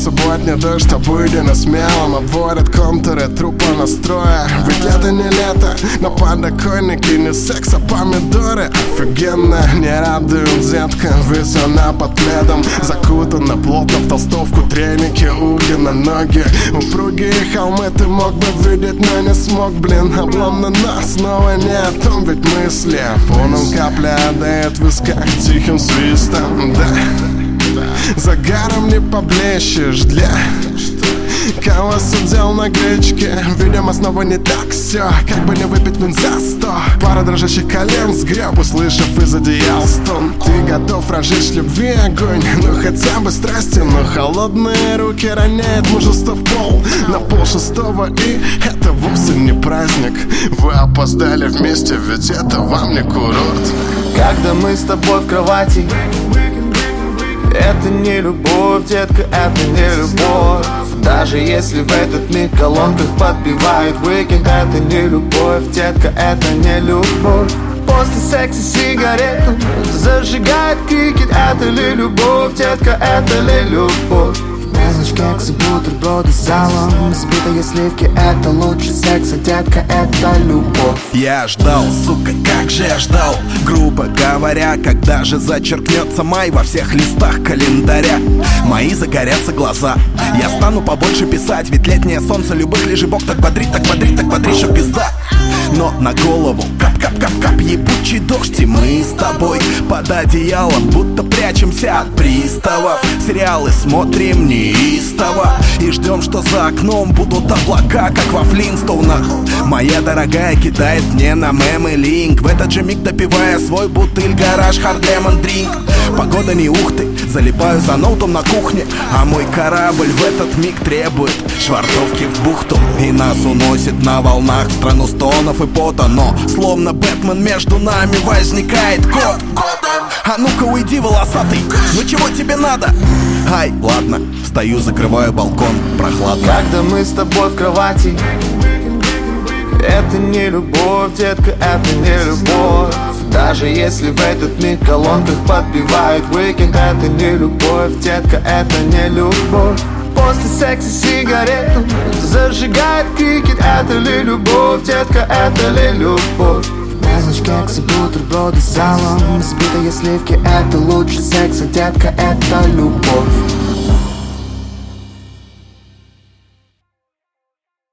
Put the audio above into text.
субботний дождь обыденно смелым обводят контуры трупа настроя. Ведь лето не лето, на подоконнике не секс, а помидоры. Офигенно, не радует детка, весена под пледом, закутана плотно в толстовку, треники, уги на ноги. Упругие холмы ты мог бы видеть, но не смог, блин. Облом на нас, снова не о том, ведь мысли фоном капля дает в висках тихим свистом, да. Загаром не поблещешь для кого сидел на гречке. Видимо, снова не так все, как бы не выпить вин за 100. Пара дрожащих колен сгреб, услышав из одеял стон. Ты готов разжечь любви огонь, ну хотя бы страсти, но холодные руки роняют мужество в пол. На 5:30, и это вовсе не праздник. Вы опоздали вместе, ведь это вам не курорт. Когда мы с тобой в кровати, это не любовь, детка, это не любовь. Даже если в этот миг в колонках подбивает Weekend, это не любовь, детка, это не любовь. После секса сигарету зажигает крикет, это ли любовь, детка, это ли любовь. Мелочь, кексы, бутерброды с салом, сбитые сливки, это лучше секса, детка, это любовь. Я ждал, сука, как же я ждал, грубо говоря, когда же зачеркнется май во всех листах календаря. Мои загорятся глаза, я стану побольше писать, ведь летнее солнце любых лежебок так бодрит, так бодрит, так бодрит, что пизда. Но на голову кап-кап-кап-кап ебучий дождь, и мы с тобой под одеялом будто прячемся от приставов. Сериалы смотрим неистово и ждем, что за окном будут облака, как во Флинстоунах. Моя дорогая кидает мне на мемы линк, в этот же миг допивая свой бутыль гараж Hard Lemon Drink. Погода не ухты, залипаю за ноутом на кухне, а мой корабль в этот миг требует швартовки в бухту. И нас уносит на волнах в страну стонов и пота, но словно Бэтмен между нами возникает кот. А ну-ка уйди, волосатый, ну чего тебе надо? Ай, ладно, встаю, закрываю балкон, прохладно. Когда мы с тобой в кровати, это не любовь, детка, это не любовь. Даже если в этот миг в колонках подбивает Weekend, это не любовь, детка, это не любовь. После секса сигарету зажигает крикет, это ли любовь, детка, это ли любовь. Мелочь, кексы, бутерброды с салом, сбитые сливки, это лучше секса, детка, это любовь.